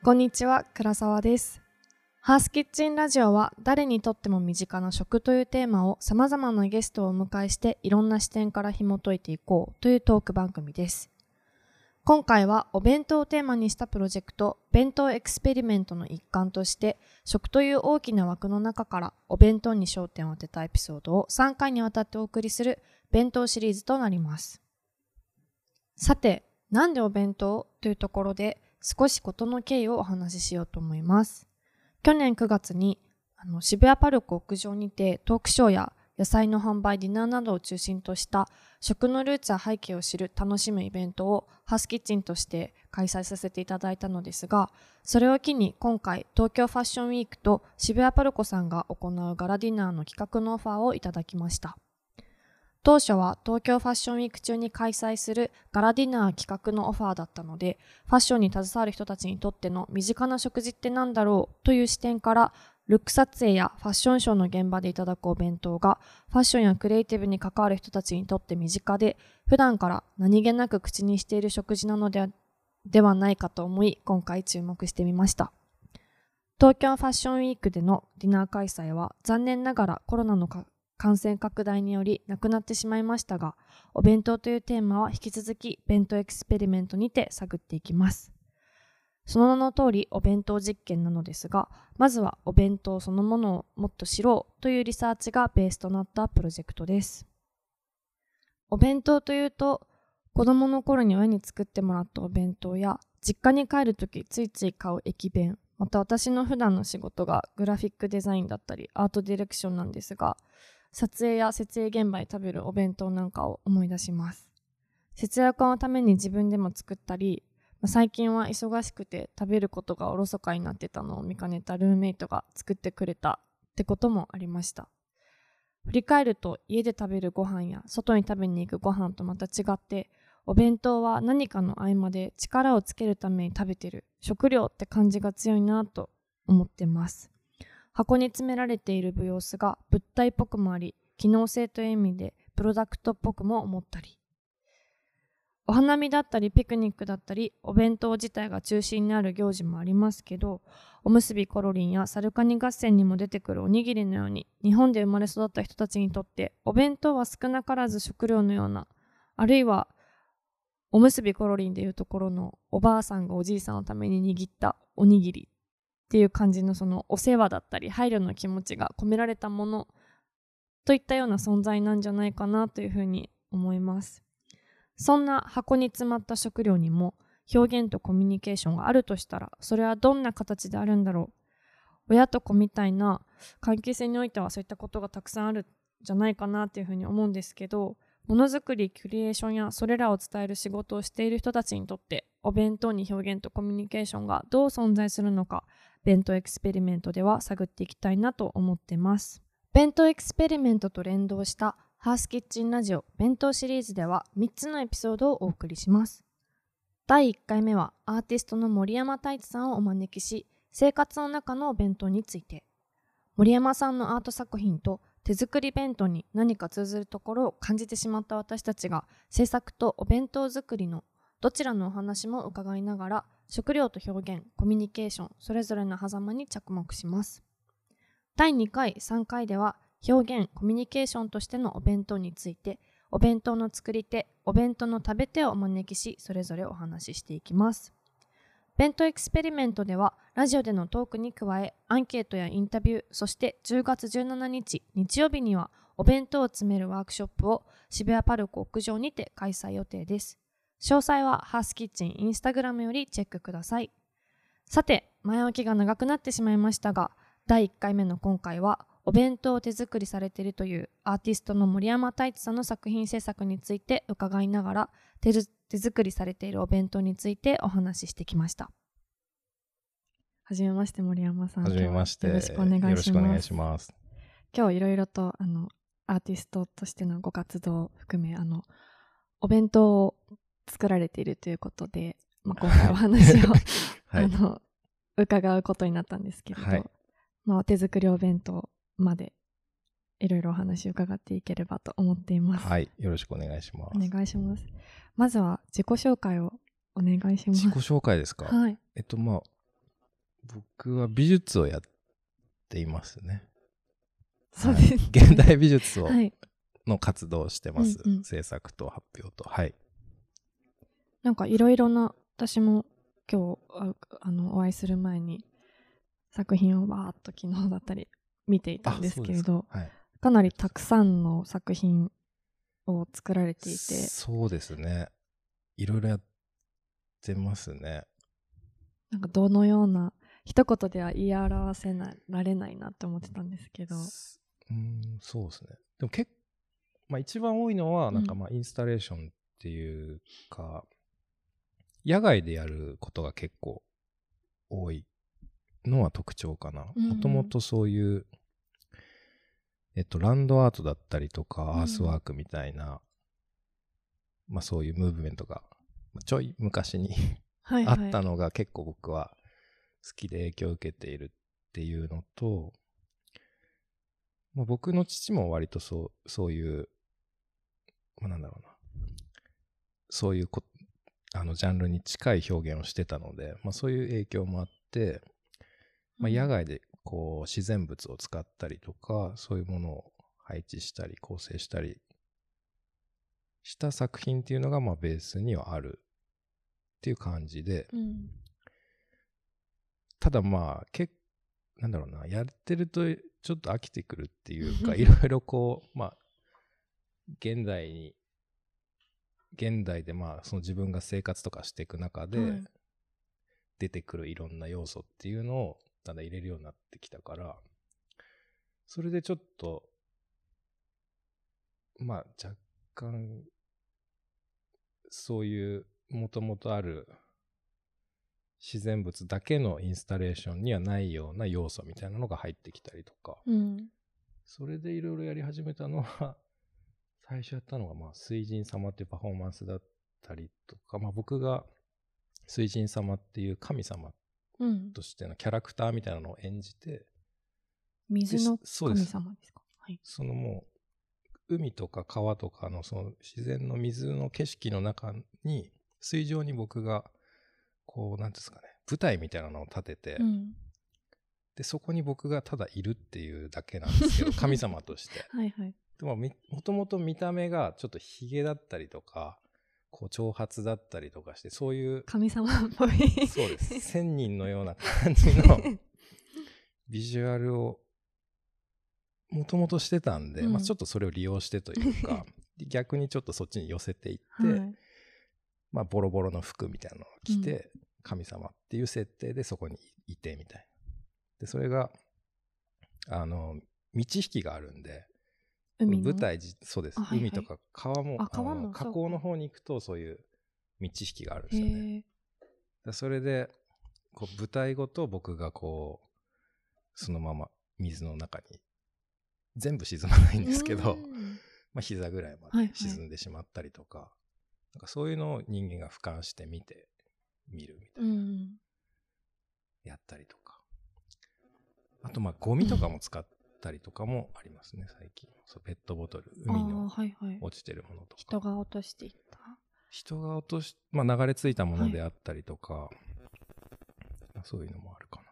こんにちは、倉沢です。ハースキッチンラジオは誰にとっても身近な食というテーマを様々なゲストをお迎えしていろんな視点から紐解いていこうというトーク番組です。今回はお弁当をテーマにしたプロジェクト弁当エクスペリメントの一環として食という大きな枠の中からお弁当に焦点を当てたエピソードを3回にわたってお送りする弁当シリーズとなります。さて、なんでお弁当というところで少し事の経緯をお話ししようと思います。去年9月に渋谷パルコ屋上にてトークショーや野菜の販売、ディナーなどを中心とした食のルーツや背景を知る楽しむイベントをハースキッチンとして開催させていただいたのですが、それを機に今回東京ファッションウィークと渋谷パルコさんが行うガラディナーの企画のオファーをいただきました。当初は東京ファッションウィーク中に開催するガラディナー企画のオファーだったので、ファッションに携わる人たちにとっての身近な食事って何だろうという視点からルック撮影やファッションショーの現場でいただくお弁当がファッションやクリエイティブに関わる人たちにとって身近で普段から何気なく口にしている食事なのではないかと思い、今回注目してみました。東京ファッションウィークでのディナー開催は残念ながらコロナの感染拡大によりなくなってしまいましたが、お弁当というテーマは引き続き弁当エクスペリメントにて探っていきます。その名の通りお弁当実験なのですが、まずはお弁当そのものをもっと知ろうというリサーチがベースとなったプロジェクトです。お弁当というと、子供の頃に親に作ってもらったお弁当や、実家に帰るときついつい買う駅弁、また私の普段の仕事がグラフィックデザインだったりアートディレクションなんですが、撮影や設営現場で食べるお弁当なんかを思い出します。節約のために自分でも作ったり、最近は忙しくて食べることがおろそかになってたのを見かねたルームメイトが作ってくれたってこともありました。振り返ると家で食べるご飯や外に食べに行くご飯とまた違って、お弁当は何かの合間で力をつけるために食べてる食料って感じが強いなと思ってます。箱に詰められている様子が物体っぽくもあり、機能性という意味でプロダクトっぽくも思ったり、お花見だったりピクニックだったりお弁当自体が中心になる行事もありますけど、おむすびコロリンやサルカニ合戦にも出てくるおにぎりのように日本で生まれ育った人たちにとってお弁当は少なからず食料のような、あるいはおむすびコロリンでいうところのおばあさんがおじいさんのために握ったおにぎりっていう感じのそのお世話だったり配慮の気持ちが込められたものといったような存在なんじゃないかなというふうに思います。そんな箱に詰まった食料にも表現とコミュニケーションがあるとしたら、それはどんな形であるんだろう。親と子みたいな関係性においてはそういったことがたくさんあるんじゃないかなというふうに思うんですけど、ものづくり、クリエーションやそれらを伝える仕事をしている人たちにとってお弁当に表現とコミュニケーションがどう存在するのか、弁当エクスペリメントでは探っていきたいなと思ってます。弁当エクスペリメントと連動したハースキッチンラジオ弁当シリーズでは3つのエピソードをお送りします。第1回目はアーティストの森山太一さんをお招きし、生活の中のお弁当について、森山さんのアート作品と手作り弁当に何か通ずるところを感じてしまった私たちが、制作とお弁当作りのどちらのお話も伺いながら、食料と表現、コミュニケーションそれぞれの狭間に着目します。第2回、3回では表現、コミュニケーションとしてのお弁当について、お弁当の作り手、お弁当の食べ手をお招きし、それぞれお話ししていきます。弁当エクスペリメントではラジオでのトークに加え、アンケートやインタビュー、そして10月17日日曜日にはお弁当を詰めるワークショップを渋谷パルコ屋上にて開催予定です。詳細はハースキッチンインスタグラムよりチェックください。さて、前置きが長くなってしまいましたが、第1回目の今回はお弁当を手作りされているというアーティストの森山太一さんの作品制作について伺いながら、手作りされているお弁当についてお話ししてきました。はじめまして、森山さん。 はじめまして。 よろしくお願いします。 よろしくお願いします。 今日いろいろとアーティストとしてのご活動を含めお弁当を作られているということで、今回お話を、はい、伺うことになったんですけれど、はい、お手作りお弁当までいろいろお話を伺っていければと思っています。 はい、よろしくお願いします。 お願いします。まずは自己紹介をお願いします。 自己紹介ですか。 はい。 僕は美術をやっていますね。 そうです、 現代美術を、 はい、 の活動をしてます、 うんうん、 制作と発表と。はい。 なんかいろいろな、私も今日お会いする前に作品をバーっと昨日だったり見ていたんですけれど、 はい、 かなりたくさんの作品を作られていて、 そうですね、いろいろやってますね。 なんかどのような一言では言い表せられないなって思ってたんですけど、 そうですね。でもまあ、一番多いのはなんかうん、 インスタレーションっていうか、野外でやることが結構多いのは特徴かな。もともとそういう、ランドアートだったりとか、アースワークみたいな、まあそういうムーブメントが、ちょい昔にはいはい、 あったのが結構僕は好きで影響を受けているっていうのと、まあ、僕の父も割とそういう、まあ、なんだろうな、そういうジャンルに近い表現をしてたので、まあ、そういう影響もあって、まあ、野外でこう自然物を使ったりとか、そういうものを配置したり構成したりした作品っていうのがまあベースにはあるっていう感じで、ただまあなんだろうな、やってるとちょっと飽きてくるっていうかいろいろこう、まあ現代でまあその自分が生活とかしていく中で出てくるいろんな要素っていうのをだんだん入れるようになってきたから、それでちょっとまあ若干そういうもともとある自然物だけのインスタレーションにはないような要素みたいなのが入ってきたりとか、それでいろいろやり始めたのは最初やったのがまあ水神様っていうパフォーマンスだったりとか、まあ、僕が水神様っていう神様としてのキャラクターみたいなのを演じて、 水の神様ですか？はい。 そのもう海とか川とかのその自然の水の景色の中に水上に僕がこうなんですかね、舞台みたいなのを立てて、でそこに僕がただいるっていうだけなんですけど神様としてはいはい。 でももともと見た目がちょっとヒゲだったりとかこう長髪だったりとかして、そういう神様っぽいそうです仙人のような感じのビジュアルをもともとしてたんで、まあ、ちょっとそれを利用してというか逆にちょっとそっちに寄せていって、まあ、ボロボロの服みたいなのを着て、神様っていう設定でそこにいてみたいな。でそれが道引きがあるんで、舞台そうです、海とか川も河口の方に行くとそういう道引きがあるんですよね。それでこう舞台ごと僕がこうそのまま水の中に全部沈まないんですけど、まあ膝ぐらいまで沈んでしまったりとか、なんかそういうのを人間が俯瞰して見るみたいな、やったりとか、あとまあゴミとかも使ったりとかもありますね、最近。そうペットボトル、海の落ちてるものとか、 人が落としていったまあ流れ着いたものであったりとか、そういうのもあるかな。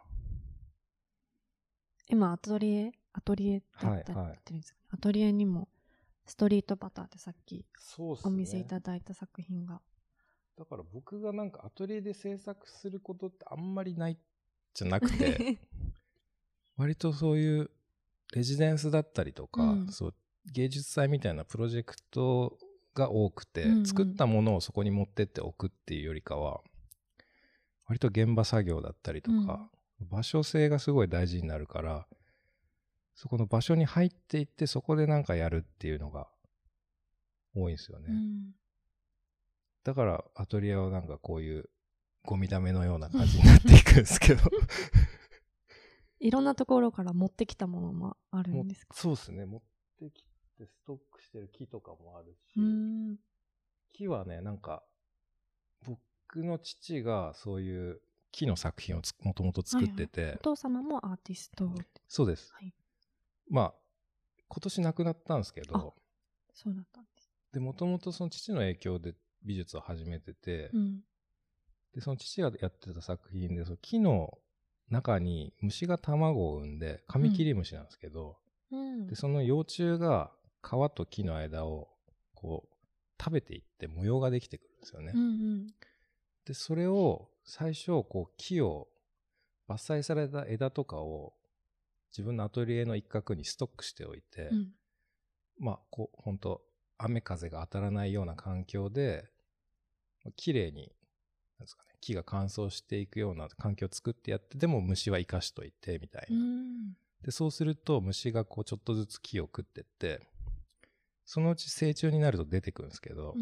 今アトリエだったりってるんですかね。アトリエにもストリートバターってさっきお見せいただいた作品が、 だから僕がなんかアトリエで制作することってあんまりないじゃなくて割とそういうレジデンスだったりとか、そう芸術祭みたいなプロジェクトが多くて、作ったものをそこに持ってっておくっていうよりかは割と現場作業だったりとか、場所性がすごい大事になるから、そこの場所に入っていってそこでなんかやるっていうのが多いんですよね。だからアトリエはなんかこういうゴミだめのような感じになっていくんですけどいろんなところから持ってきたものもあるんですか？ そうですね、持ってきてストックしてる木とかもあるし、木はね、なんか僕の父がそういう木の作品をもともと作ってて、 お父様もアーティスト。 そうです、まあ今年亡くなったんですけど、 そうだったんです。 でもともとその父の影響で美術を始めてて、でその父がやってた作品でその木の中に虫が卵を産んで、カミキリムシなんですけど、でその幼虫が皮と木の間をこう食べていって模様ができてくるんですよね。でそれを最初こう木を伐採された枝とかを自分のアトリエの一角にストックしておいて、まあこう本当雨風が当たらないような環境で綺麗になんですかね、木が乾燥していくような環境を作ってやって、でも虫は生かしといてみたいな。でそうすると虫がこうちょっとずつ木を食ってって、そのうち成虫になると出てくるんですけど、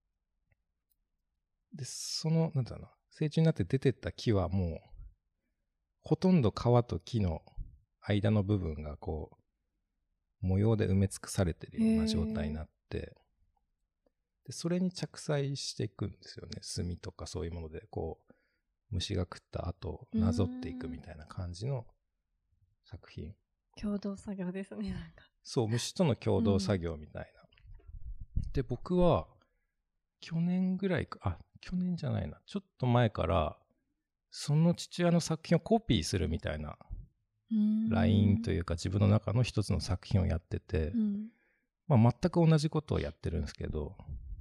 でそのなんだろうな、成虫になって出てった木はもうほとんど皮と木の間の部分がこう模様で埋め尽くされてるような状態になって、でそれに着彩していくんですよね。炭とかそういうものでこう虫が食った後なぞっていくみたいな感じの作品。 共同作業ですね。なんかそう、虫との共同作業みたいな。で僕は去年ぐらいか、去年じゃないな、ちょっと前からその父親の作品をコピーするみたいなラインというか自分の中の一つの作品をやってて、まあ、全く同じことをやってるんですけど、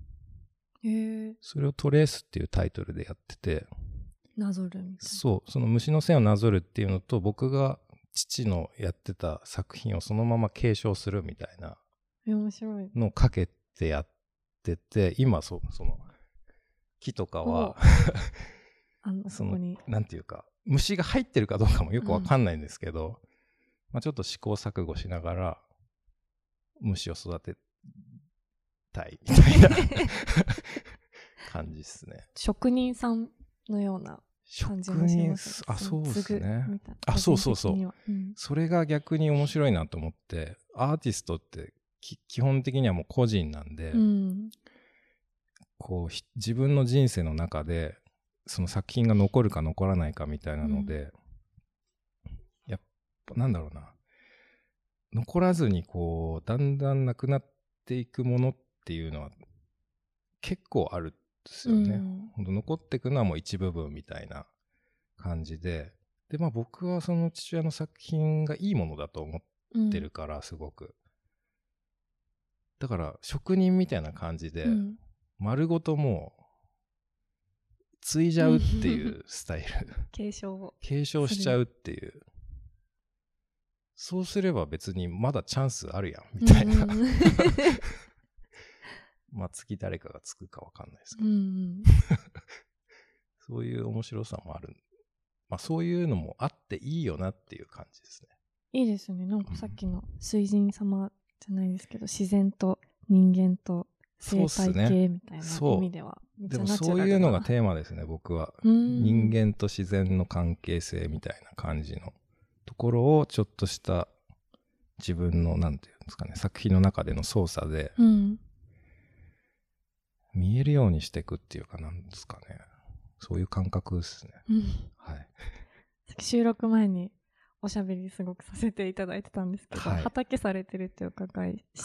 それをトレースっていうタイトルでやってて、 なぞるみたいな。 そう、その虫の線をなぞるっていうのと、僕が父のやってた作品をそのまま継承するみたいな面白いのをかけてやってて、今その木とかはそのなんていうか虫が入ってるかどうかもよくわかんないんですけど、まあ、ちょっと試行錯誤しながら虫を育てたいみたいな感じですね。 職人さんのような感じもします。 そうですね。そう、それが逆に面白いなと思って、アーティストって基本的にはもう個人なんで、こう自分の人生の中でその作品が残るか残らないかみたいなので、やっぱなんだろうな、残らずにこうだんだんなくなっていくものっていうのは結構あるんですよね。ほんと残っていくのはもう一部分みたいな感じで、でまあ僕はその父親の作品がいいものだと思ってるから、すごくだから職人みたいな感じで、丸ごともう継いじゃうっていうスタイル継承しちゃうっていう、そうすれば別にまだチャンスあるやんみたいなまあ次誰かがつくかわかんないですけど、そういう面白さもある。まあそういうのもあっていいよなっていう感じですね。 いいですね。なんかさっきの水神様じゃないですけど、自然と人間と生態系みたいな意味ではめっちゃナチュラルな。 でもそういうのがテーマですね、僕は。人間と自然の関係性みたいな感じのところをちょっとした自分のなんていうんですかね、作品の中での操作で見えるようにしていくっていうかなんですかね、そういう感覚ですね。はい。 収録前におしゃべりすごくさせていただいてたんですけど、畑されてるってお伺いして、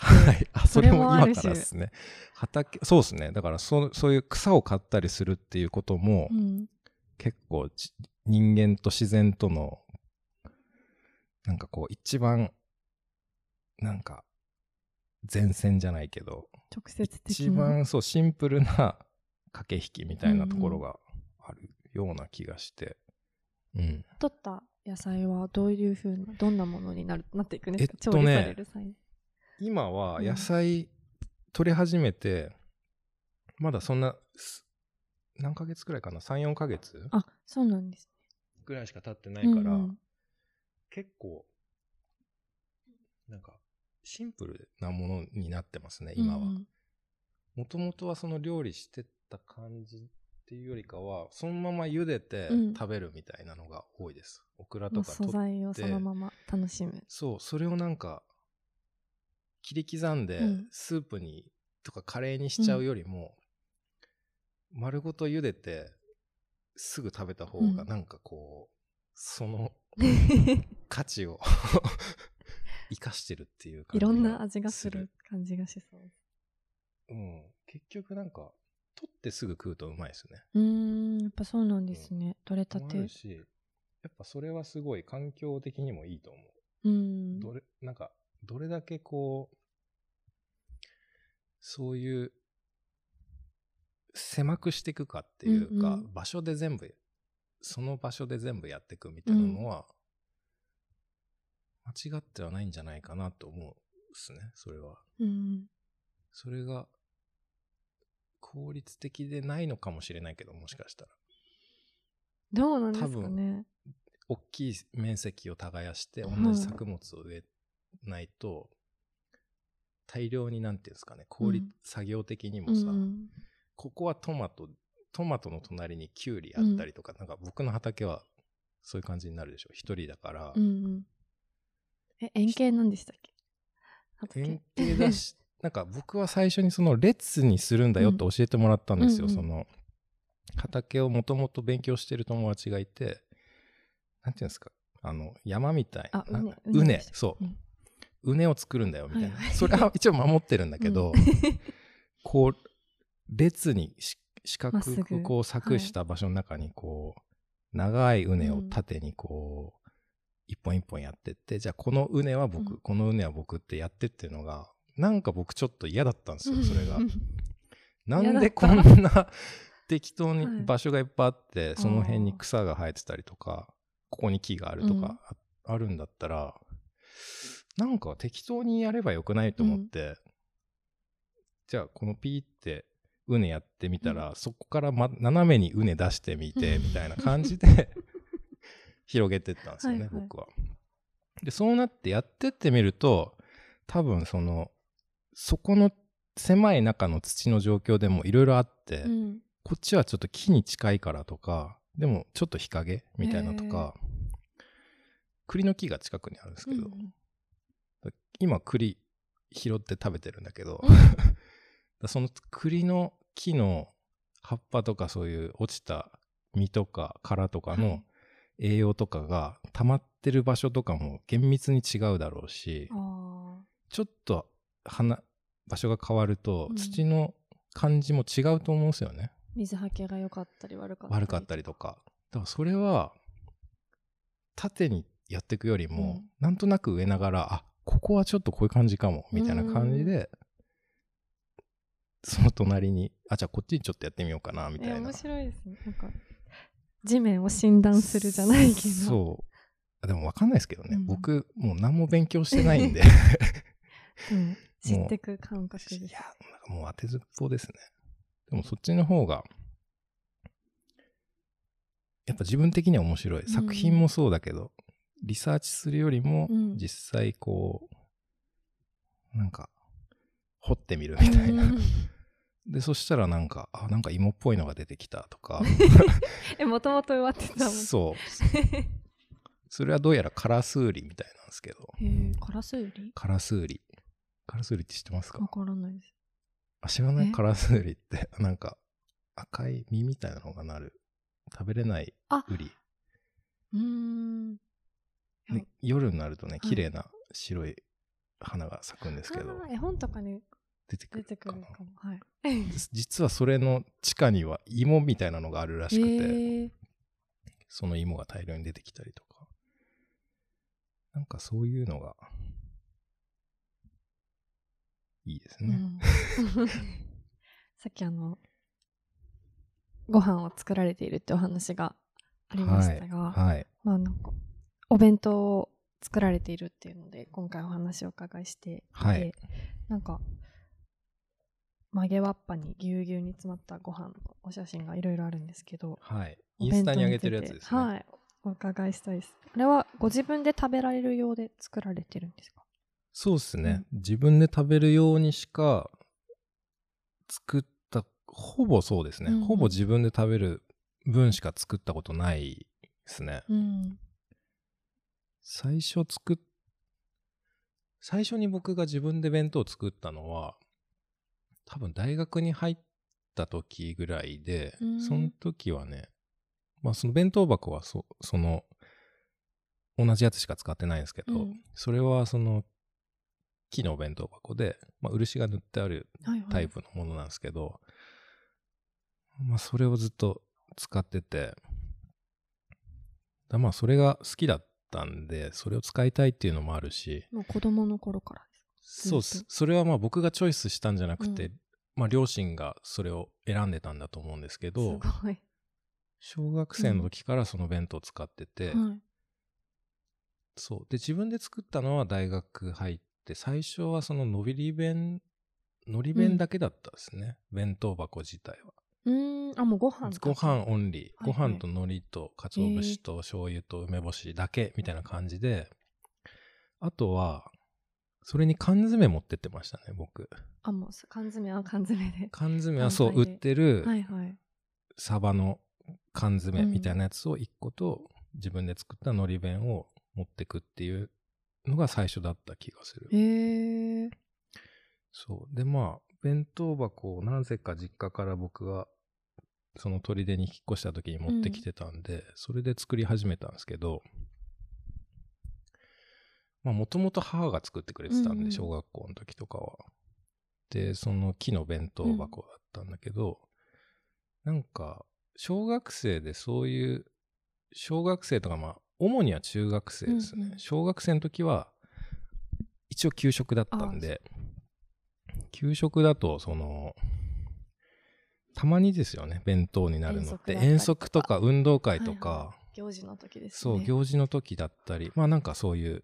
それも今からですね。そうですね。だからそういう草を刈ったりするっていうことも、結構人間と自然とのなんかこう一番なんか前線じゃないけど、 直接的な一番そうシンプルな駆け引きみたいなところがあるような気がして、 取った野菜はどんなものになっていくんですか？調理される際に。 今は野菜取り始めて、まだそんな何ヶ月くらいかな、3、4ヶ月そうなんですねぐらいしか経ってないから、結構なんかシンプルなものになってますね今は。もともとはその料理してた感じっていうよりかは、そのまま茹でて食べるみたいなのが多いです。オクラとか取って素材をそのまま楽しむ。 そう、それをなんか切り刻んでスープにとかカレーにしちゃうよりも、丸ごと茹でてすぐ食べた方がなんかこう、その価値を生かしてるっていう感じがいろんな味がする感じがしそう。 結局なんか取ってすぐ食うとうまいですね。 やっぱそうなんですね。取れたて。 し、 やっぱそれはすごい環境的にもいいと思う。 なんかどれだけこうそういう狭くしていくかっていうか、場所で全部その場所で全部やっていくみたいなのは、間違ってはないんじゃないかなと思うんですね、それは。それが効率的でないのかもしれないけど、もしかしたら。 どうなんですかね。 大きい面積を耕して同じ作物を植えないと、大量になんていうんですかね、作業的にもさ、ここはトマトの隣にキュウリあったりとか、なんか僕の畑はそういう感じになるでしょ。一人だから。 円形なんでしたっけ？ 円形だし、なんか僕は最初にその列にするんだよって教えてもらったんですよ。その畑をもともと勉強してる友達がいて、なんていうんですか、山みたいな、畝、そう、畝を作るんだよみたいな。それは一応守ってるんだけど、こう列に四角くこう柵した場所の中にこう長い畝を縦にこう一本一本やってって、じゃあこの畝は僕、この畝は僕ってやってっていうのがなんか僕ちょっと嫌だったんですよ、それが。なんでこんな適当に場所がいっぱいあって、その辺に草が生えてたりとか、ここに木があるとかあるんだったら、なんか適当にやればよくないと思って、じゃあこのピーって畝やってみたら、そこから斜めに畝出してみてみたいな感じで広げてったんですよね、僕は。でそうなってやってってみると、多分そこの狭い中の土の状況でもいろいろあって、こっちはちょっと木に近いからとか、でもちょっと日陰みたいなとか、栗の木が近くにあるんですけど、今栗拾って食べてるんだけど、その栗の木の葉っぱとかそういう落ちた実とか殻とかの栄養とかが溜まってる場所とかも厳密に違うだろうし、ちょっと場所が変わると土の感じも違うと思うんですよね。 水はけが良かったり悪かったりとか。だからそれは縦にやっていくよりも、なんとなく植えながら、ここはちょっとこういう感じかもみたいな感じで、その隣にじゃあこっちにちょっとやってみようかなみたいな。 面白いですね。なんか地面を診断するじゃないけど。 そうでも分かんないですけどね、僕もう何も勉強してないんででも知ってく感覚です。 いやなんかもう当てずっぽうですね。でもそっちの方がやっぱ自分的には面白い。作品もそうだけど、リサーチするよりも実際こうなんか掘ってみるみたいな、でそしたらなんか芋っぽいのが出てきたとかもともと植わってたもん。 そうそれはどうやらカラスウリみたいなんですけど。 カラスウリ？ カラスウリって知ってますか？ わからないです。 知らない？カラスウリってなんか赤い実みたいなのがなる食べれないウリ。で夜になるとね、綺麗な白い花が咲くんですけど、 絵本とかに出てくるかも。 実はそれの地下には芋みたいなのがあるらしくて、その芋が大量に出てきたりとか、なんかそういうのがいいですね。 さっきご飯を作られているってお話がありましたが、なんかお弁当を作られているっていうので今回お話をお伺いしていて、なんか曲げわっぱにぎゅうぎゅうに詰まったご飯のお写真がいろいろあるんですけど、 インスタに上げてるやつですね。 お伺いしたいです。あれはご自分で食べられるようで作られてるんですか？ そうですね、自分で食べるようにしか作ったほぼそうですね、ほぼ自分で食べる分しか作ったことないですね。最初に僕が自分で弁当を作ったのは多分大学に入った時ぐらいで、その時はね、その弁当箱はその同じやつしか使ってないんですけど、それはその木の弁当箱で、漆が塗ってあるタイプのものなんですけど、それをずっと使ってて、 まあそれが好きだったんで、それを使いたいっていうのもあるし。 もう子供の頃からですか？ そうっす。それはまあ僕がチョイスしたんじゃなくて、 うん、 まあ両親がそれを選んでたんだと思うんですけど、 すごい。 小学生の時からその弁当を使ってて、 はい。 そう。で、自分で作ったのは大学入って、最初はそののり弁だけだったですね。弁当箱自体は。 もうご飯だけ。 ご飯オンリー。 はいはい、 ご飯と海苔と鰹節と醤油と梅干しだけみたいな感じで、あとは、それに缶詰持ってってましたね、僕。 もう缶詰は缶詰で。 缶詰はそう、売ってる、 はいはい。 サバの缶詰みたいなやつを1個と、自分で作った海苔弁を持ってくっていうのが最初だった気がする。 へー。 そう。で、まあ、弁当箱をなぜか実家から僕がその砦に引っ越した時に持ってきてたんで、それで作り始めたんですけど、まあもともと母が作ってくれてたんで、小学校の時とかは。で、その木の弁当箱だったんだけど、なんか、小学生でそういう、小学生とかまあ、主には中学生ですね。小学生の時は、一応給食だったんで、給食だと、たまにですよね、弁当になるのって。遠足とか運動会とか、はいはい、 行事の時ですね。 そう、行事の時だったり、まあなんかそういう、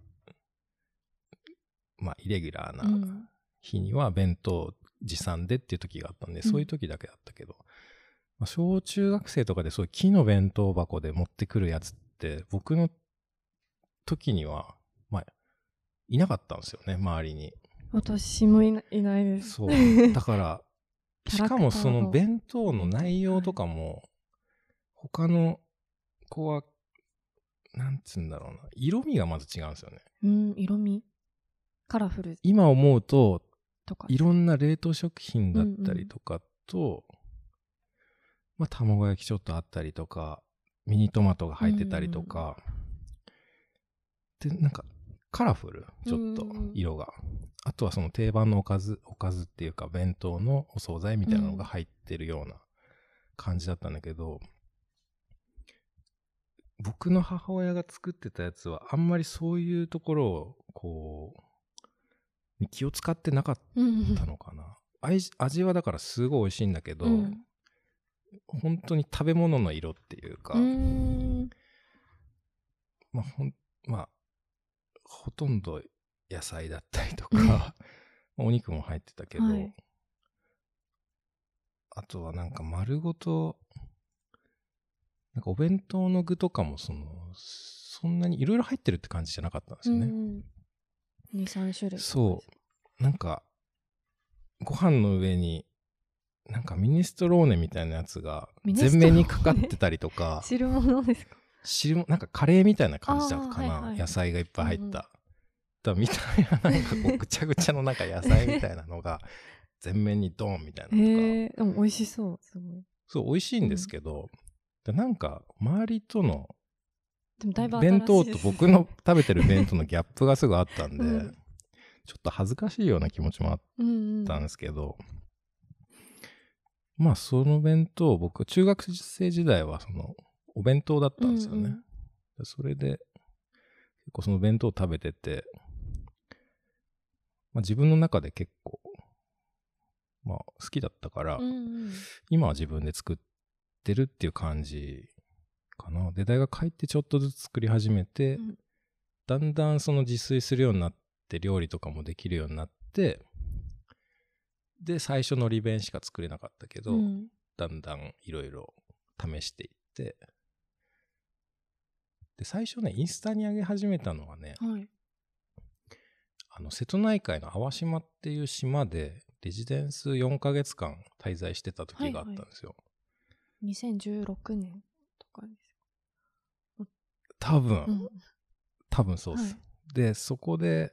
まあイレギュラーな日には弁当持参でっていう時があったんで、そういう時だけだったけど、まあ、小中学生とかでそういう木の弁当箱で持ってくるやつって、僕の時には、まあ、いなかったんですよね、周りに。 私もいないです。 そう。だから、しかもその弁当の内容とかも、他の子は、なんつうんだろうな、色味がまず違うんですよね。 色味カラフル。 今思うと、いろんな冷凍食品だったりとかと、まあ、卵焼きちょっとあったりとか、ミニトマトが入ってたりとか、で、なんか、カラフル、ちょっと、色が。あとはその定番のおかずっていうか、弁当のお惣菜みたいなのが入ってるような感じだったんだけど、僕の母親が作ってたやつは、あんまりそういうところを、こう、気を使ってなかったのかな。味はだからすごい美味しいんだけど、本当に食べ物の色っていうか、まあ、ほとんど野菜だったりとか、お肉も入ってたけど、はい、あとはなんか丸ごと、なんかお弁当の具とかもそんなにいろいろ入ってるって感じじゃなかったんですよね。 2、3種類。 そう。なんか、ご飯の上に、なんかミネストローネみたいなやつが全面にかかってたりとか。 汁物ですか？ なんかカレーみたいな感じだったかな、はいはい、野菜がいっぱい入った。だみたいな、なんかこうぐちゃぐちゃのなんか野菜みたいなのが全面にドーンみたいなのとか。 でも美味しそう、すごい。 そう、美味しいんですけど、なんか周りとのでもだいぶ弁当と僕の食べてる弁当のギャップがすぐあったんで、ちょっと恥ずかしいような気持ちもあったんですけど、まあその弁当、僕中学生時代はそのお弁当だったんですよね。それで結構その弁当を食べてて、まあ、自分の中で結構、まあ好きだったから、今は自分で作ってるっていう感じかな。で、大学入ってちょっとずつ作り始めて、だんだんその自炊するようになって、料理とかもできるようになって、で、最初のり弁しか作れなかったけど、だんだんいろいろ試していって、で、最初ね、インスタに上げ始めたのはね、瀬戸内海の粟島っていう島で、レジデンス4ヶ月間滞在してた時があったんですよ。 2016年とかですか？ 多分そうです。で、そこで、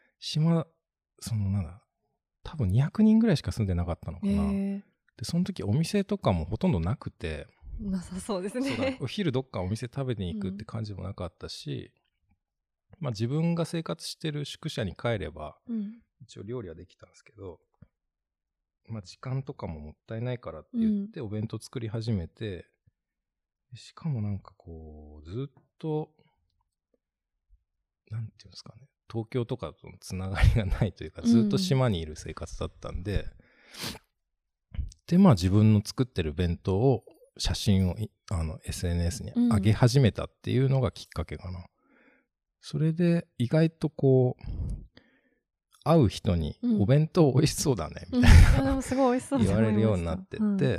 多分200人ぐらいしか住んでなかったのかな。で、その時お店とかもほとんどなくて。 なさそうですね。 お昼どっかお店食べに行くって感じもなかったし、まあ自分が生活してる宿舎に帰れば、一応料理はできたんですけど、まあ時間とかももったいないからって言ってお弁当作り始めて、 しかもなんかこう、ずっと、なんていうんですかね、東京とかとのつながりがないというか、ずっと島にいる生活だったんで、で、まあ自分の作ってる弁当を、写真をSNS に上げ始めたっていうのがきっかけかな。それで意外とこう、会う人にお弁当美味しそうだねみたいな、 すごい美味しそう言われるようになってって、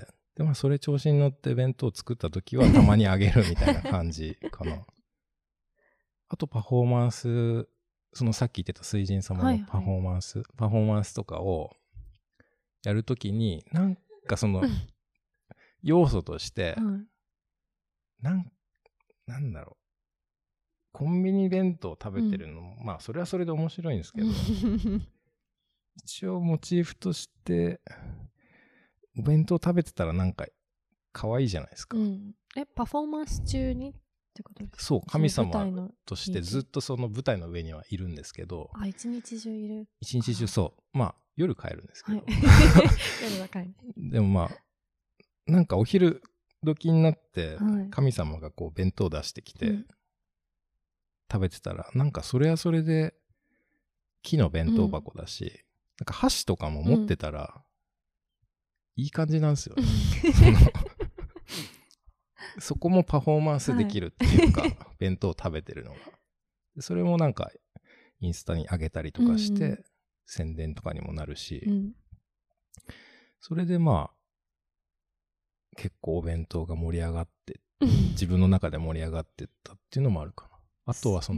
でまあそれ調子に乗って弁当作った時はたまにあげるみたいな感じかな。あとパフォーマンス、そのさっき言ってた水神様のパフォーマンスとかをやるときに、なんかその要素として、なんだろう、コンビニ弁当食べてるのも、まあそれはそれで面白いんですけど、一応モチーフとしてお弁当食べてたらなんか可愛いじゃないですか。 パフォーマンス中にってことですか？ そう、神様としてずっとその舞台の上にはいるんですけど、 一日中いる。 一日中そう、まあ夜帰るんですけど、 夜は帰る。 でもまあなんかお昼時になって神様がこう弁当出してきて食べてたら、なんかそれはそれで木の弁当箱だし、なんか箸とかも持ってたらいい感じなんですよね。そこもパフォーマンスできるっていうか、弁当食べてるのが。それもなんかインスタに上げたりとかして、宣伝とかにもなるし、それでまあ結構お弁当が盛り上がって自分の中で盛り上がってったっていうのもあるかな。あとは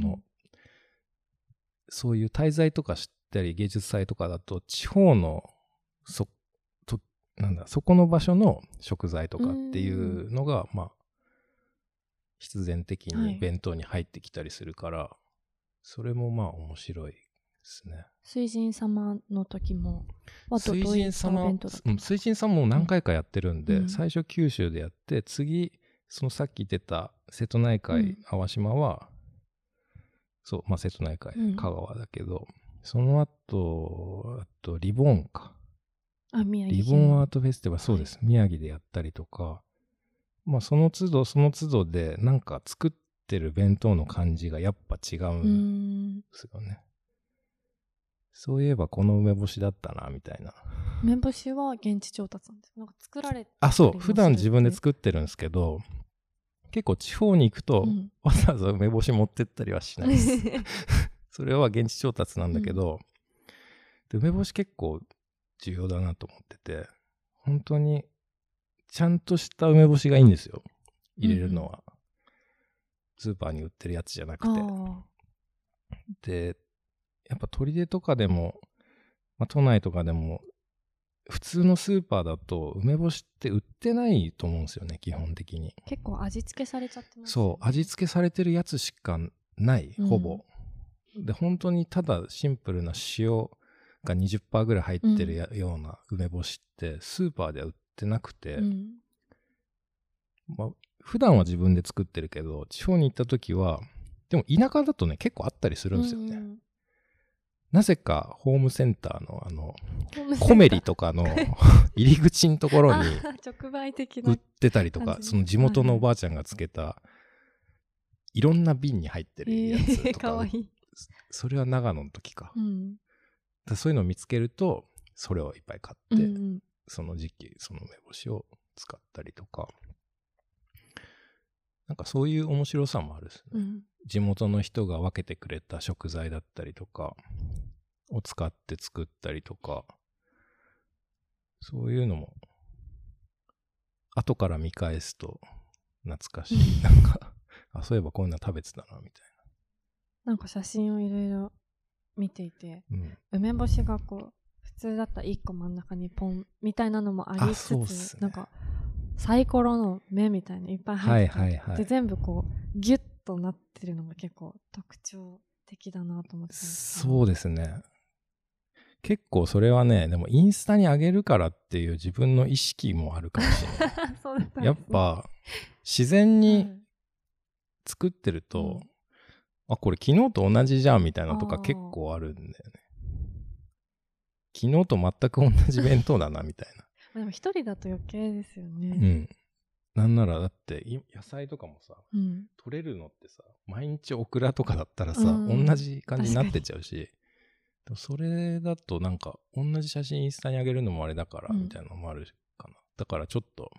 そういう滞在とかしたり芸術祭とかだと地方のそこの場所の食材とかっていうのがまあ必然的に弁当に入ってきたりするから、それもまあ面白いですね。 水神様の時も水神様も何回かやってるんで、最初九州でやって、次そのさっき言ってた瀬戸内海、淡島はそう、まあ瀬戸内海、香川だけど、その後あとリボーンか、リボーンアートフェスティバル、そうです、宮城でやったりとか、まあその都度でなんか作ってる弁当の感じがやっぱ違うんですよね。そういえばこの梅干しだったなみたいな。 梅干しは現地調達なんですか？なんか作られてそう、普段自分で作ってるんですけど、結構地方に行くと、わざわざ梅干し持ってったりはしないです。それは現地調達なんだけど、で梅干し結構重要だなと思ってて、本当にちゃんとした梅干しがいいんですよ、入れるのは。スーパーに売ってるやつじゃなくて。で、やっぱ取手とかでも、まあ、都内とかでも、普通のスーパーだと梅干しって売ってないと思うんですよね、基本的に。 結構味付けされちゃってます、ね。 そう、味付けされてるやつしかない、ほぼ。で、本当にただシンプルな塩が 20% ぐらい入ってるような梅干しってスーパーでは売ってなくて、まあ、普段は自分で作ってるけど、地方に行った時は、でも田舎だとね、結構あったりするんですよね。なぜかホームセンターのコメリとかの入り口のところに売ってたりとか、その地元のおばあちゃんがつけたいろんな瓶に入ってるやつとか、 かわいい。 それは長野の時か。そういうのを見つけるとそれをいっぱい買って、その時期その梅干しを使ったりとか、なんかそういう面白さもあるですね。地元の人が分けてくれた食材だったりとかを使って作ったりとか、そういうのも後から見返すと懐かしい。なんかそういえばこんな食べてたなみたいな。なんか写真をいろいろ見ていて、梅干しがこう普通だったら1個真ん中にポンみたいなのもありつつ、なんかサイコロの目みたいないっぱい入ってて、で全部こうギュッとなってるのが結構特徴的だなと思って。 そうですね。結構それはね、でもインスタに上げるからっていう自分の意識もあるかもしれない。 そうだったんですね。 やっぱ自然に作ってると、これ昨日と同じじゃんみたいなのとか結構あるんだよね。昨日と全く同じ弁当だなみたいな。 でも一人だと余計ですよね。 なんならだって野菜とかもさ、 うん取れるのってさ、毎日オクラとかだったらさ、 うん同じ感じになってっちゃうし、でもそれだとなんか同じ写真インスタに上げるのもあれだからみたいなのもあるかな。だからちょっと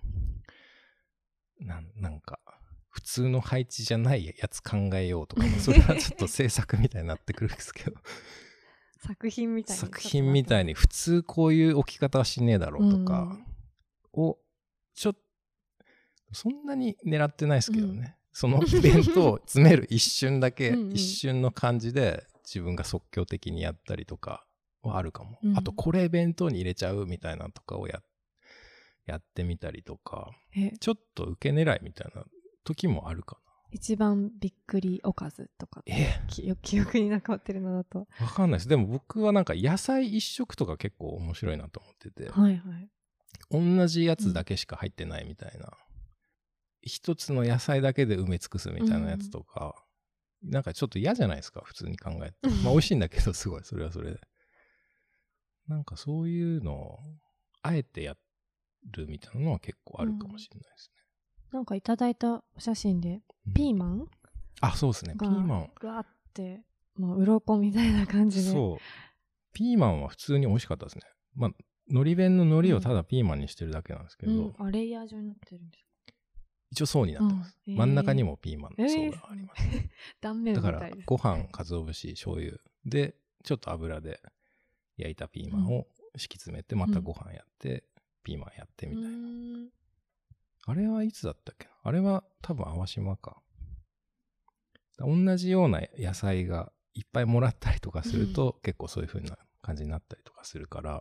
なんか普通の配置じゃないやつ考えようとか、それはちょっと制作みたいになってくるんですけど作品みたいに作品みたいに普通こういう置き方はしねえだろうとかをちょっとそんなに狙ってないですけどね、そのイベントを詰める一瞬だけ一瞬の感じで自分が即興的にやったりとかはあるかも、あとこれ弁当に入れちゃうみたいなとかをやってみたりとか、ちょっと受け狙いみたいな時もあるかな。 一番びっくりおかずとか記憶に残ってるのだとわかんないです。でも僕はなんか野菜一食とか結構面白いなと思ってて、 はいはい、 同じやつだけしか入ってないみたいな、一つの野菜だけで埋め尽くすみたいなやつとか、なんかちょっと嫌じゃないですか普通に考えてまあ美味しいんだけどすごいそれはそれでなんかそういうのをあえてやるみたいなのは結構あるかもしれないですね、 なんかいただいたお写真でピーマン、 あ、そうですね、ピーマンがあってもう鱗みたいな感じで、 そうピーマンは普通に美味しかったですね。まあ海苔弁の海苔をただピーマンにしてるだけなんですけど、 レイヤー状になってるんですか。 一応層になってます、真ん中にもピーマンの層があります、 断面みたいです。 だからご飯、鰹節、醤油でちょっと油で焼いたピーマンを敷き詰めて、またご飯やって、ピーマンやってみたいな。あれはいつだったっけな、あれは多分淡島か。同じような野菜がいっぱいもらったりとかすると、結構そういう風な感じになったりとかするから、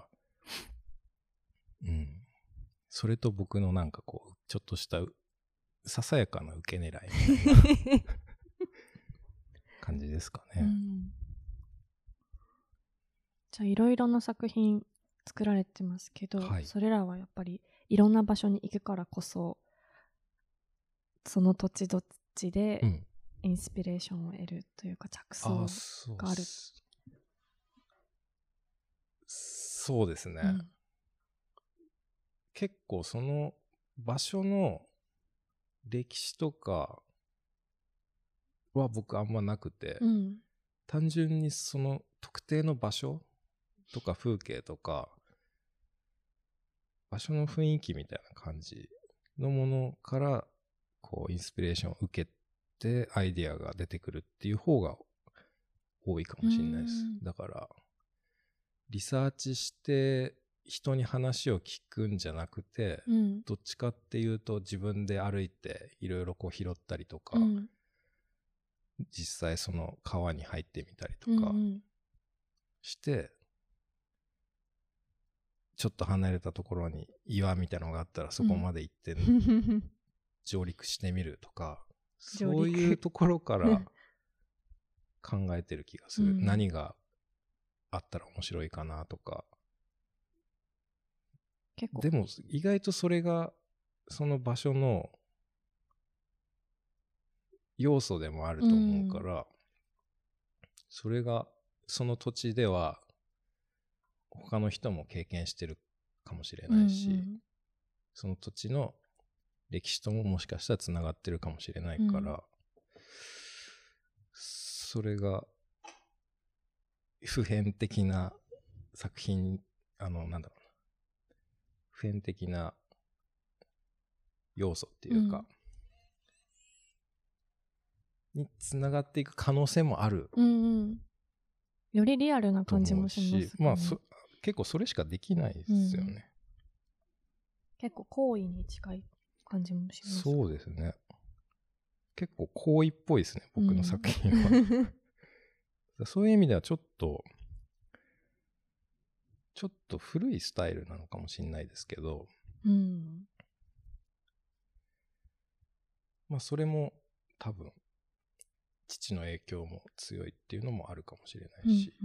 それと僕のなんかこうちょっとしたささやかな受け狙いみたいな感じですかね。 じゃあいろいろな作品作られてますけど、それらはやっぱりいろんな場所に行くからこそその土地土地でインスピレーションを得るというか着想がある。 そうですね、結構その場所の歴史とかは僕あんまなくて、単純にその特定の場所とか風景とか場所の雰囲気みたいな感じのものからこうインスピレーションを受けてアイディアが出てくるっていう方が多いかもしれないです。だからリサーチして人に話を聞くんじゃなくて、どっちかっていうと自分で歩いていろいろこう拾ったりとか、実際その川に入ってみたりとかして、ちょっと離れたところに岩みたいなのがあったらそこまで行って上陸してみるとか、そういうところから考えてる気がする。何があったら面白いかなとか。でも意外とそれがその場所の要素でもあると思うから、それがその土地では他の人も経験してるかもしれないし、その土地の歴史とももしかしたらつながってるかもしれないから、それが普遍的な作品、なんだろうな、普遍的な要素っていうか、につながっていく可能性もある、 よりリアルな感じもしますね。 まあ結構それしかできないですよね、 結構行為に近い感じもします。 そうですね、結構行為っぽいですね僕の作品は、そういう意味ではちょっと古いスタイルなのかもしれないですけど、まあそれも多分父の影響も強いっていうのもあるかもしれないし、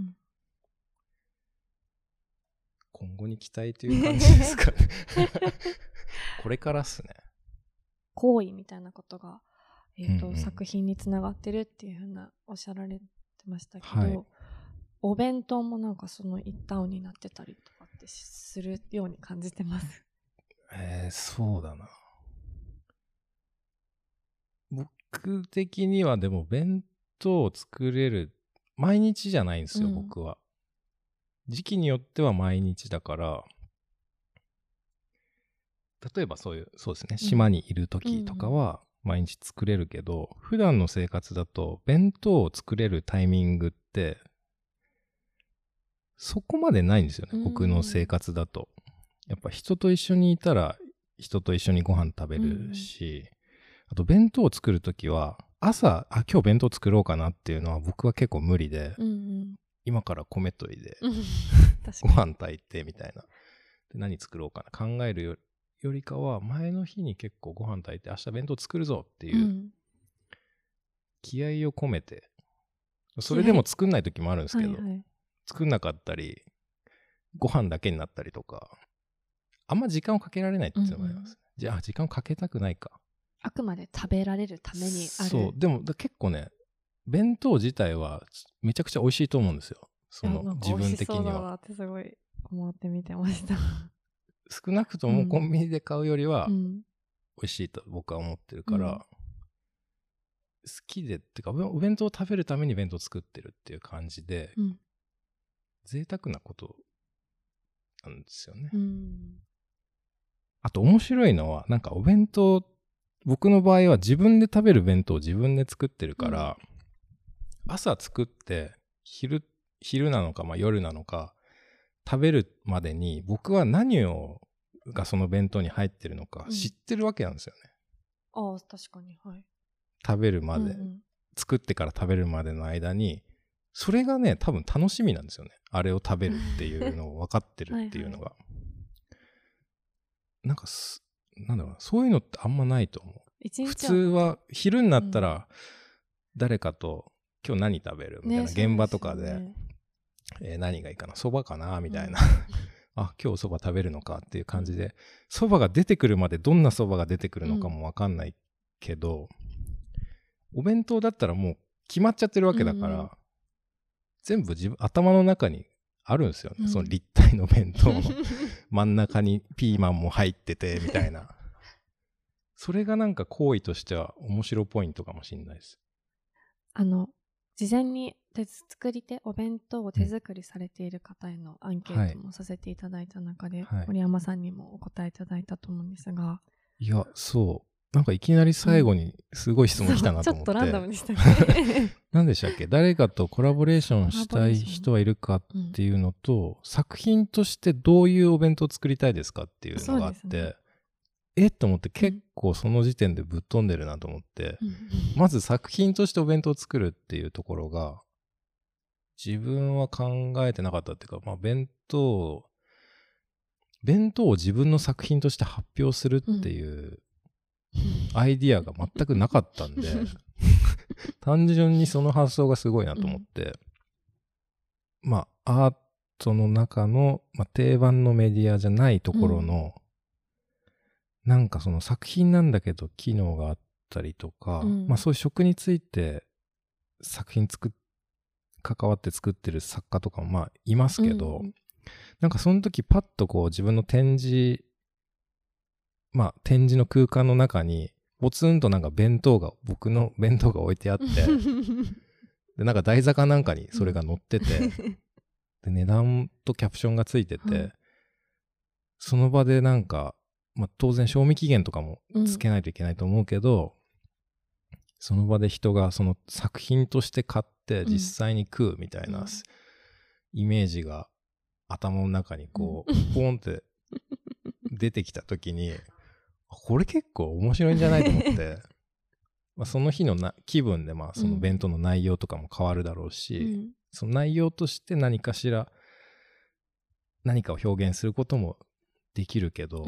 今後に期待という感じですかねこれからっすね。 行為みたいなことが、作品につながってるっていうふうなおっしゃられてましたけど、お弁当もなんかその一端になってたりとかってするように感じてます。 そうだな。 僕的にはでも弁当を作れる、毎日じゃないんですよ、僕は。時期によっては毎日だから、例えばそうですね、島にいる時とかは毎日作れるけど、普段の生活だと弁当を作れるタイミングってそこまでないんですよね、僕の生活だと。やっぱ人と一緒にいたら人と一緒にご飯食べるし、あと弁当を作るときは朝、今日弁当作ろうかなっていうのは僕は結構無理で、今から米といでご飯炊いてみたいな。で何作ろうかな考えるよりかは前の日に結構ご飯炊いて明日弁当作るぞっていう気合を込めて、それでも作んない時もあるんですけど、作んなかったりご飯だけになったりとか、あんま時間をかけられないっていうのがあります。じゃあ時間をかけたくないか。 あくまで食べられるためにある。 そうでも結構ね、弁当自体はめちゃくちゃ美味しいと思うんですよ。その自分的には。美味しそうだなってすごい思って見てました。 少なくともコンビニで買うよりは美味しいと僕は思ってるから、好きでってかお弁当を食べるために弁当を作ってるっていう感じで、贅沢なことなんですよね。あと面白いのはなんかお弁当、僕の場合は自分で食べる弁当を自分で作ってるから、朝作って昼なのか、夜なのか食べるまでに僕は何がその弁当に入ってるのか知ってるわけなんですよね。 ああ、確かに。はい。 食べるまで、作ってから食べるまでの間に、それがね、多分楽しみなんですよね。あれを食べるっていうのを分かってるっていうのが。なんかなんだろうな、そういうのってあんまないと思う。普通は昼になったら誰かと今日何食べるみたいな、現場とかで、何がいいかな、そばかなみたいな、あ、今日そば食べるのかっていう感じで、そばが出てくるまでどんなそばが出てくるのかも分かんないけど、お弁当だったらもう決まっちゃってるわけだから、全部頭の中にあるんですよね、その立体の弁当の真ん中にピーマンも入っててみたいな。それがなんか行為としては面白ポイントかもしれないです。 事前にお弁当を手作りされている方へのアンケートもさせていただいた中で、森山さんにもお答えいただいたと思うんですが。 いや、そう。なんかいきなり最後にすごい質問来たなと思って。 ちょっとランダムでしたね。 何でしたっけ？誰かとコラボレーションしたい人はいるかっていうのと、作品としてどういうお弁当を作りたいですかっていうのがあって、と思って結構その時点でぶっ飛んでるなと思って、まず作品としてお弁当を作るっていうところが、自分は考えてなかったっていうか、弁当を自分の作品として発表するっていうアイディアが全くなかったんで、単純にその発想がすごいなと思って、アートの中の、定番のメディアじゃないところの、なんかその作品なんだけど機能があったりとか、そういう食について作品関わって作ってる作家とかもいますけど、なんかその時パッとこう自分の展示の空間の中にポツンとなんか僕の弁当が置いてあってでなんか台座かなんかにそれが載ってて、で値段とキャプションがついてて、その場でなんか当然賞味期限とかもつけないといけないと思うけど、その場で人がその作品として買って実際に食うみたいなイメージが頭の中にこうポンって出てきた時に、これ結構面白いんじゃないと思ってその日の気分でその弁当の内容とかも変わるだろうし、その内容として何かを表現することもできるけど、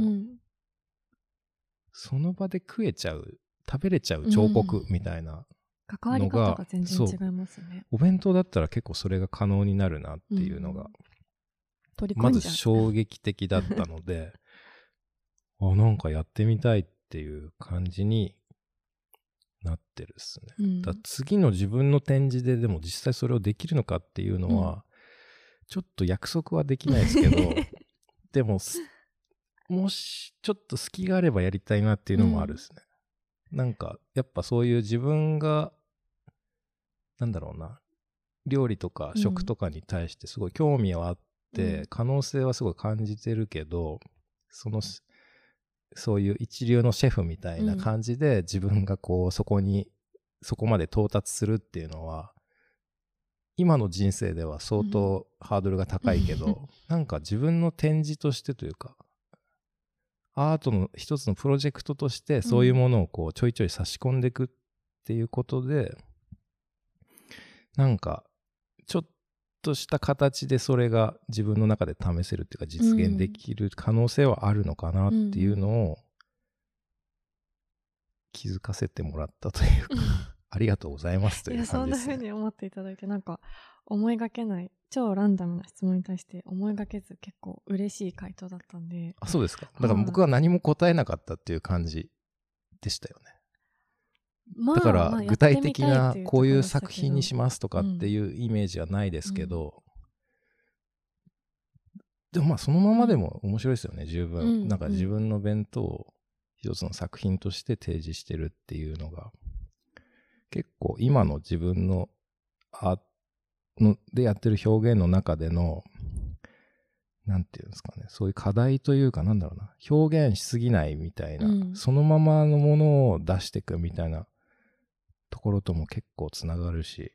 その場で食べれちゃう彫刻みたいなのが、 関わり方が全然違いますね。 お弁当だったら結構それが可能になるなっていうのが、まず衝撃的だったのでなんかやってみたいっていう感じになってるっすね。だ次の自分の展示ででも実際それをできるのかっていうのは、ちょっと約束はできないですけどでももしちょっと隙があればやりたいなっていうのもあるですね。 なんかやっぱそういう自分がなんだろうな、料理とか食とかに対してすごい興味はあって、可能性はすごい感じてるけど、そういう一流のシェフみたいな感じで自分がこうそこまで到達するっていうのは今の人生では相当ハードルが高いけど、なんか自分の展示としてというかアートの一つのプロジェクトとしてそういうものをこうちょいちょい差し込んでいくっていうことで、なんかちょっとした形でそれが自分の中で試せるっていうか実現できる可能性はあるのかなっていうのを気づかせてもらったというか、ありがとうございますという感じですね。 そんな風に思っていただいて、なんか思いがけない超ランダムな質問に対して思いがけず結構嬉しい回答だったんで。 あ、そうですか。だから僕は何も答えなかったっていう感じでしたよね。だから具体的なこういう作品にしますとかっていうイメージはないですけど、でもまあそのままでも面白いですよね、十分。なんか自分の弁当を一つの作品として提示してるっていうのが結構今の自分のでやってる表現の中でのなんていうんですかね、そういう課題というかなんだろうな、表現しすぎないみたいな、そのままのものを出していくみたいなところとも結構つながるし、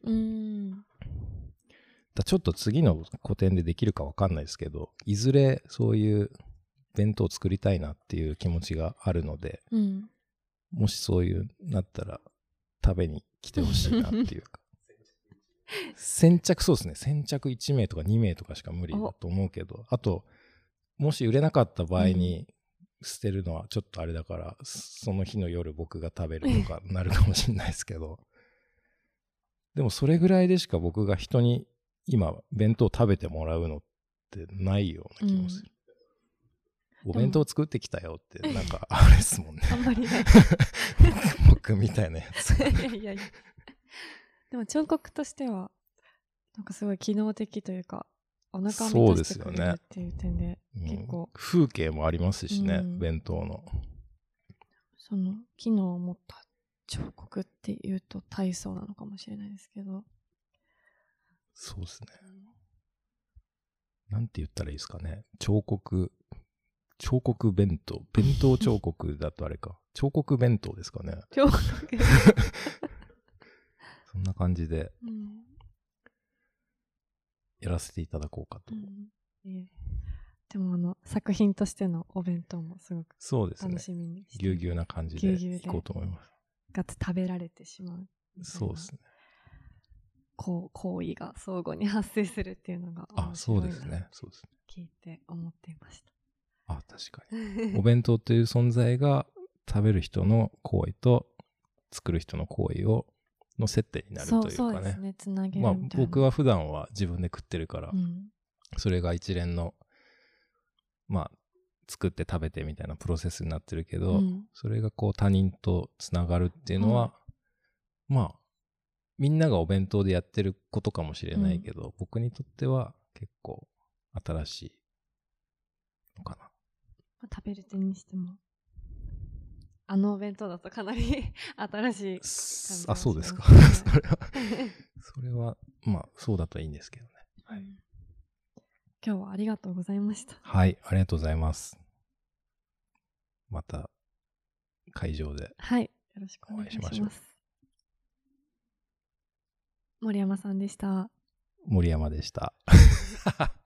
ちょっと次の個展でできるか分かんないですけど、いずれそういう弁当を作りたいなっていう気持ちがあるので、もしそういうなったら食べに来てほしいなっていうか先着そうですね、先着1名とか2名とかしか無理だと思うけど、あともし売れなかった場合に捨てるのはちょっとあれだから、その日の夜僕が食べるとかなるかもしれないですけどでもそれぐらいでしか僕が人に今弁当食べてもらうのってないような気もする、お弁当作ってきたよってなんかあれですもんねあんまりない僕みたいなやついやでも彫刻としてはなんかすごい機能的というか、お腹を満たしてくれるっていう点で結構、 風景もありますしね、弁当のその機能を持った彫刻っていうと大層なのかもしれないですけど、 そうですね、なんて言ったらいいですかね、彫刻弁当彫刻だとあれか彫刻弁当ですかね彫刻そんな感じでやらせていただこうかと、 でも作品としてのお弁当もすごく楽しみにして、 ぎゅうぎゅうな感じでいこうと思います。 が食べられてしまう、 そうですね、 行為が相互に発生するっていうのが面白いな、そうですね、聞いて思っていました。 あ、確かにお弁当という存在が食べる人の行為と作る人の行為の接点になるというかね。 そうですね、つなげるみたいな。 まあ僕は普段は自分で食ってるから、それが一連のまあ作って食べてみたいなプロセスになってるけど、それがこう他人とつながるっていうのは、まあみんながお弁当でやってることかもしれないけど、僕にとっては結構新しいのかな。 食べる点にしてもお弁当だとかなり新しい感じがします、 あ、そうですかそれはまあそうだといいんですけどね、 今日はありがとうございました。 はい、ありがとうございます。また会場でよろしくお願いします。森山さんでした。 森山でした